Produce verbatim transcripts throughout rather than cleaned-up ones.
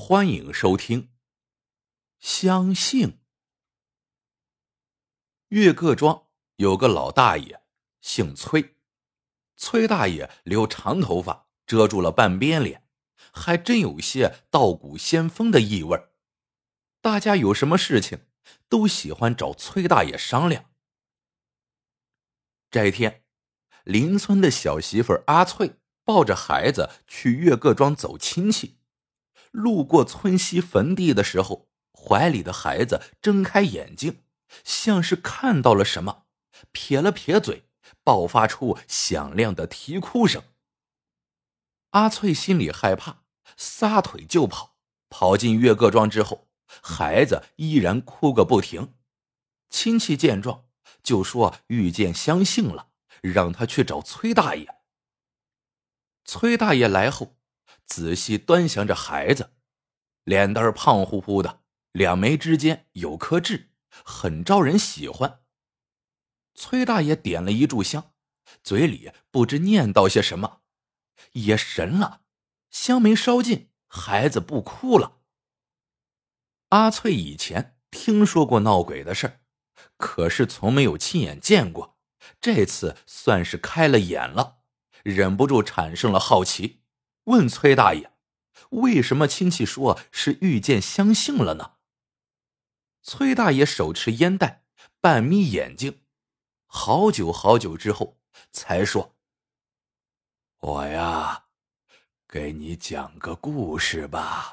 欢迎收听。相信。岳各庄有个老大爷，姓崔。崔大爷留长头发，遮住了半边脸，还真有些道骨仙风的意味。大家有什么事情都喜欢找崔大爷商量。这一天，邻村的小媳妇阿翠抱着孩子去岳各庄走亲戚。路过村西坟地的时候，怀里的孩子睁开眼睛，像是看到了什么，撇了撇嘴，爆发出响亮的啼哭声。阿翠心里害怕，撒腿就跑。跑进岳各庄之后，孩子依然哭个不停。亲戚见状就说遇见相信了，让他去找崔大爷。崔大爷来后，仔细端详着孩子，脸蛋胖乎乎的，两眉之间有颗痣，很招人喜欢。崔大爷点了一炷香，嘴里不知念叨些什么，也神了，香没烧尽，孩子不哭了。阿翠以前听说过闹鬼的事儿，可是从没有亲眼见过，这次算是开了眼了，忍不住产生了好奇，问崔大爷，为什么亲戚说是遇见相信了呢？崔大爷手持烟袋，半眯眼睛，好久好久之后才说，我呀，给你讲个故事吧。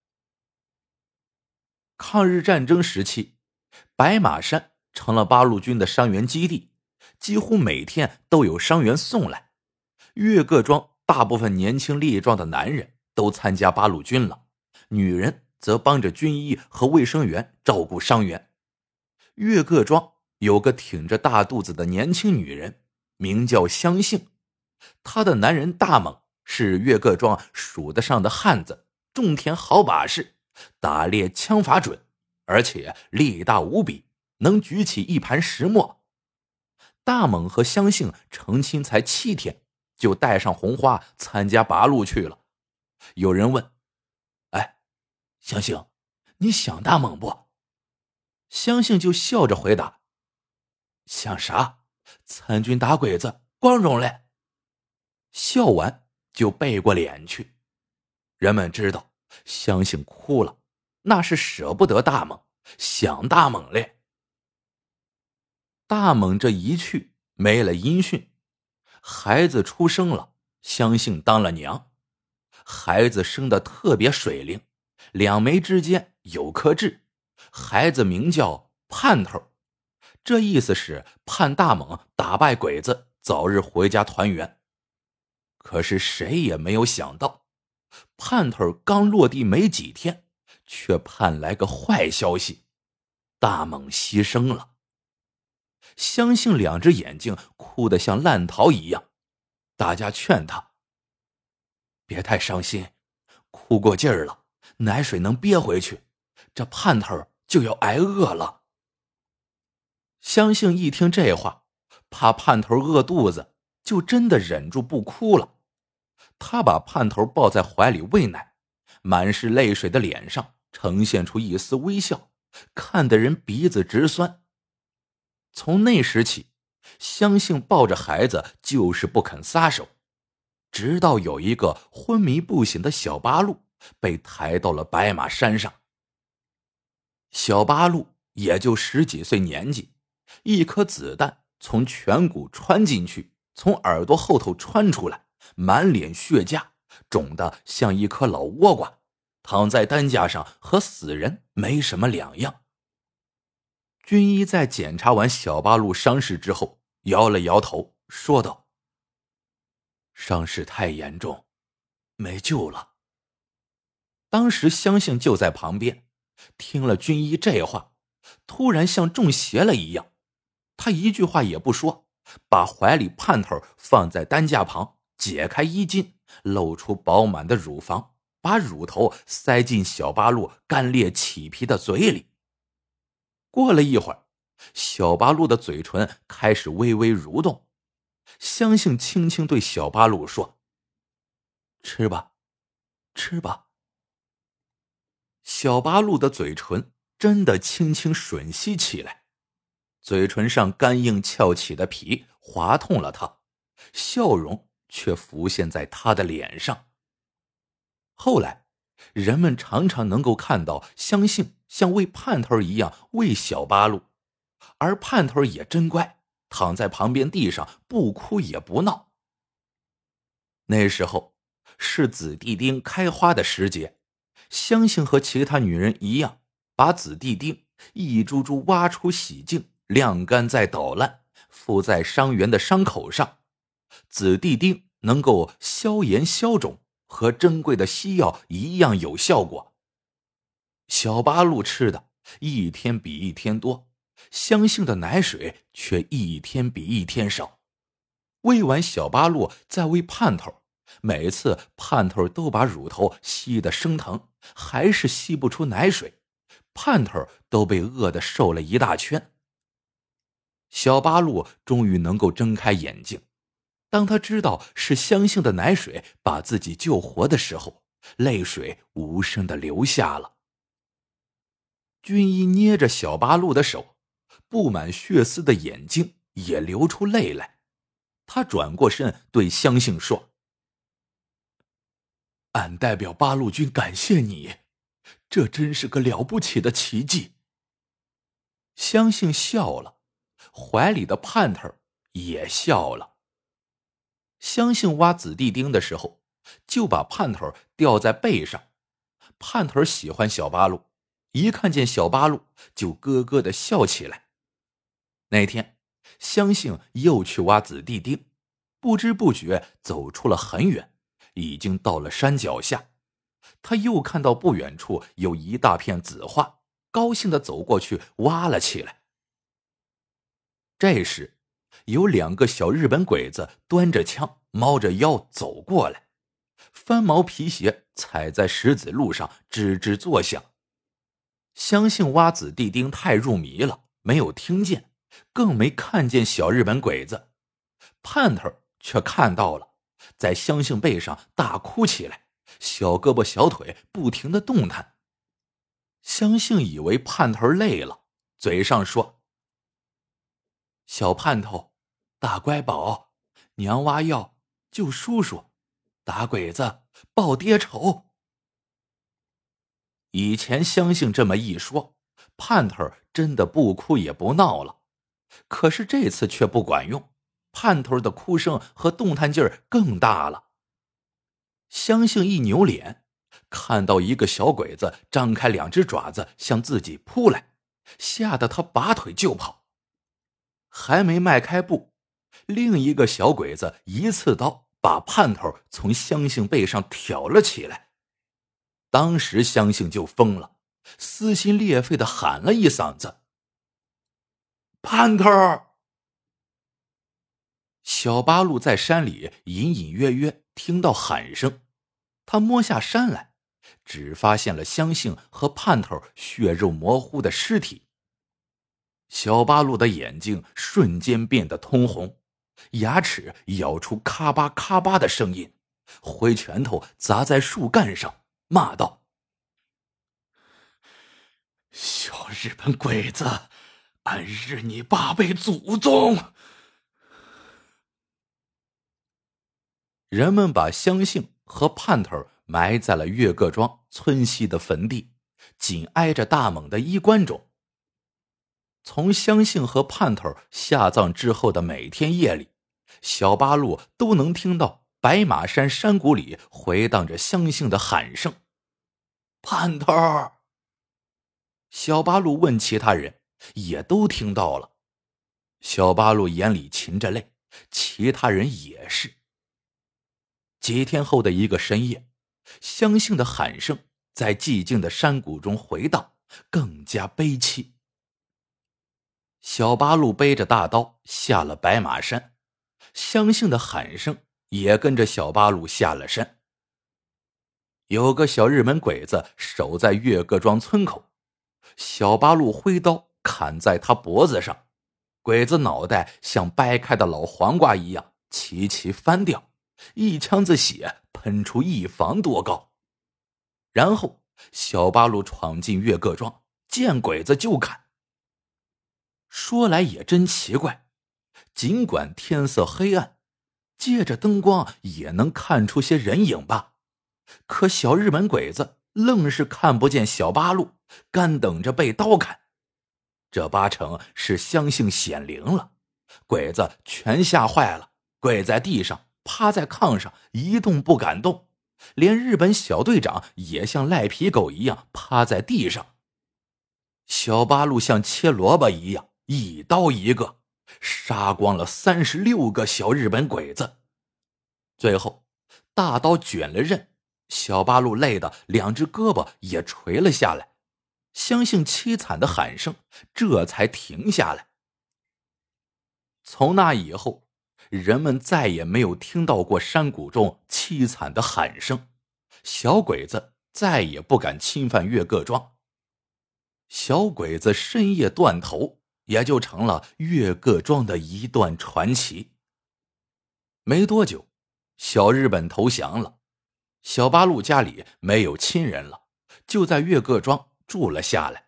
抗日战争时期，白马山成了八路军的伤员基地，几乎每天都有伤员送来。岳各庄大部分年轻力壮的男人都参加八路军了，女人则帮着军医和卫生员照顾伤员。岳各庄有个挺着大肚子的年轻女人，名叫相信。她的男人大猛是岳各庄数得上的汉子，种田好把式，打猎枪法准，而且力大无比，能举起一盘石磨。大猛和相信成亲才七天，就带上红花参加八路去了。有人问，哎，相信，你想大猛不？相信就笑着回答，想啥？参军打鬼子，光荣嘞。笑完就背过脸去。人们知道相信哭了，那是舍不得大猛，想大猛嘞。大猛这一去没了音讯，孩子出生了，相信当了娘。孩子生得特别水灵，两眉之间有颗痣，孩子名叫盼头，这意思是盼大猛打败鬼子，早日回家团圆。可是谁也没有想到，盼头刚落地没几天，却盼来个坏消息，大猛牺牲了。相信两只眼睛哭得像烂桃一样，大家劝他，别太伤心，哭过劲儿了，奶水能憋回去，这盼头就要挨饿了。相信一听这话，怕盼头饿肚子，就真的忍住不哭了。他把盼头抱在怀里喂奶，满是泪水的脸上呈现出一丝微笑，看得人鼻子直酸。从那时起，相信抱着孩子就是不肯撒手，直到有一个昏迷不醒的小八路被抬到了白马山上。小八路也就十几岁年纪，一颗子弹从颧骨穿进去，从耳朵后头穿出来，满脸血痂，肿得像一颗老倭瓜，躺在担架上和死人没什么两样。军医在检查完小八路伤势之后，摇了摇头，说道，伤势太严重，没救了。当时相信就在旁边，听了军医这话，突然像中邪了一样，他一句话也不说，把怀里盼头放在担架旁，解开衣襟，露出饱满的乳房，把乳头塞进小八路干裂起皮的嘴里。过了一会儿，小八路的嘴唇开始微微蠕动，相信轻轻对小八路说，吃吧，吃吧。 小八路的嘴唇真的轻轻吮吸起来，嘴唇上干硬翘起的皮划痛了他，笑容却浮现在他的脸上。后来人们常常能够看到香杏像喂盼头一样喂小八路，而盼头也真乖，躺在旁边地上不哭也不闹。那时候是紫地丁开花的时节，香杏和其他女人一样，把紫地丁一株株挖出洗净，晾干再捣烂，敷在伤员的伤口上。紫地丁能够消炎消肿，和珍贵的西药一样有效果。小八路吃的一天比一天多，香杏的奶水却一天比一天少。喂完小八路再喂盼头，每次盼头都把乳头吸得生疼，还是吸不出奶水，盼头都被饿得瘦了一大圈。小八路终于能够睁开眼睛，当他知道是香杏的奶水把自己救活的时候，泪水无声地流下了。军医捏着小八路的手，布满血丝的眼睛也流出泪来。他转过身对香杏说：“俺代表八路军感谢你，这真是个了不起的奇迹。”香杏笑了，怀里的盼头也笑了。香杏挖紫地丁的时候，就把盼头吊在背上。盼头喜欢小八路，一看见小八路就咯咯地笑起来。那天香杏又去挖紫地丁，不知不觉走出了很远，已经到了山脚下。他又看到不远处有一大片紫花，高兴地走过去挖了起来。这时有两个小日本鬼子端着枪猫着腰走过来，翻毛皮鞋踩在石子路上吱吱作响。相信挖紫地丁太入迷了，没有听见，更没看见小日本鬼子。盼头却看到了，在香杏背上大哭起来，小胳膊小腿不停地动弹。香杏以为盼头累了，嘴上说：“小盼头，大乖宝，娘挖药救叔叔，打鬼子报爹仇。”以前香杏这么一说，盼头真的不哭也不闹了。可是这次却不管用，盼头的哭声和动弹劲儿更大了。香杏一扭脸，看到一个小鬼子张开两只爪子向自己扑来，吓得他拔腿就跑。还没迈开步，另一个小鬼子一刺刀把盼头从香杏背上挑了起来。当时香杏就疯了，撕心裂肺地喊了一嗓子：“盼头！”小八路在山里隐隐约约听到喊声，他摸下山来，只发现了香杏和盼头血肉模糊的尸体。小八路的眼睛瞬间变得通红，牙齿咬出咔吧咔吧的声音，挥拳头砸在树干上，骂道：“小日本鬼子，俺日你八辈祖宗！”人们把香杏和盼头埋在了岳各庄村西的坟地，紧挨着大猛的衣冠冢。从香杏和盼头下葬之后的每天夜里，小八路都能听到白马山山谷里回荡着香杏的喊声：“盼头！”小八路问其他人，也都听到了。小八路眼里噙着泪，其他人也是。几天后的一个深夜，香杏的喊声在寂静的山谷中回荡，更加悲凄。小八路背着大刀下了白马山，香杏的喊声也跟着小八路下了山。有个小日本鬼子守在岳各庄村口，小八路挥刀砍在他脖子上，鬼子脑袋像掰开的老黄瓜一样齐齐翻掉，一腔子血喷出一房多高。然后小八路闯进月各庄，见鬼子就砍。说来也真奇怪，尽管天色黑暗，借着灯光也能看出些人影吧，可小日本鬼子愣是看不见小八路，干等着被刀砍。这八成是相信显灵了，鬼子全吓坏了，跪在地上，趴在炕上，一动不敢动，连日本小队长也像赖皮狗一样趴在地上。小八路像切萝卜一样，一刀一个，杀光了三十六个小日本鬼子。最后大刀卷了刃，小八路累得两只胳膊也垂了下来，相信凄惨的喊声这才停下来。从那以后，人们再也没有听到过山谷中凄惨的喊声，小鬼子再也不敢侵犯月各庄。小鬼子深夜断头，也就成了月各庄的一段传奇。没多久，小日本投降了，小八路家里没有亲人了，就在月各庄住了下来。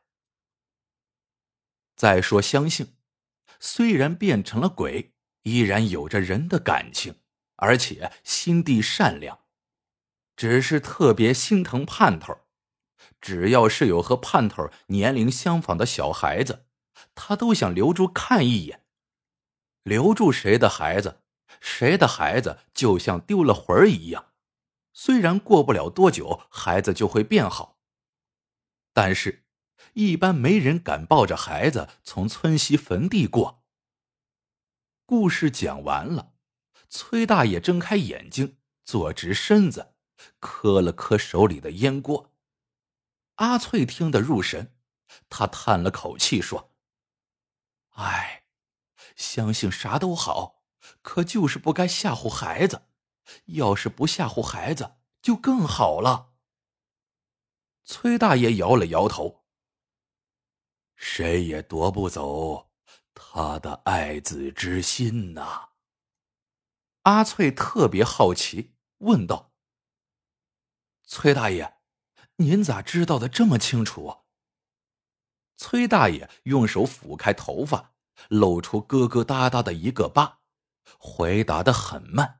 再说相信，虽然变成了鬼，依然有着人的感情，而且心地善良，只是特别心疼盼头。只要是有和盼头年龄相仿的小孩子，他都想留住看一眼。留住谁的孩子，谁的孩子就像丢了魂儿一样，虽然过不了多久孩子就会变好，但是一般没人敢抱着孩子从村西坟地过。故事讲完了，崔大爷睁开眼睛，坐直身子，磕了磕手里的烟锅。阿翠听得入神，他叹了口气说：哎，相信啥都好，可就是不该吓唬孩子，要是不吓唬孩子就更好了。崔大爷摇了摇头：谁也夺不走他的爱子之心呐。阿翠特别好奇，问道：崔大爷，您咋知道的这么清楚？崔大爷用手抚开头发，露出疙疙瘩瘩的一个疤，回答得很慢：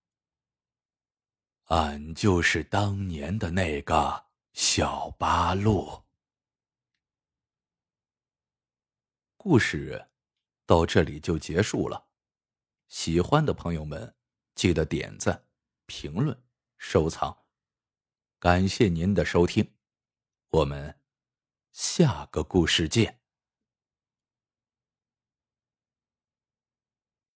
俺就是当年的那个小八路。故事到这里就结束了，喜欢的朋友们记得点赞、评论、收藏。感谢您的收听，我们下个故事见。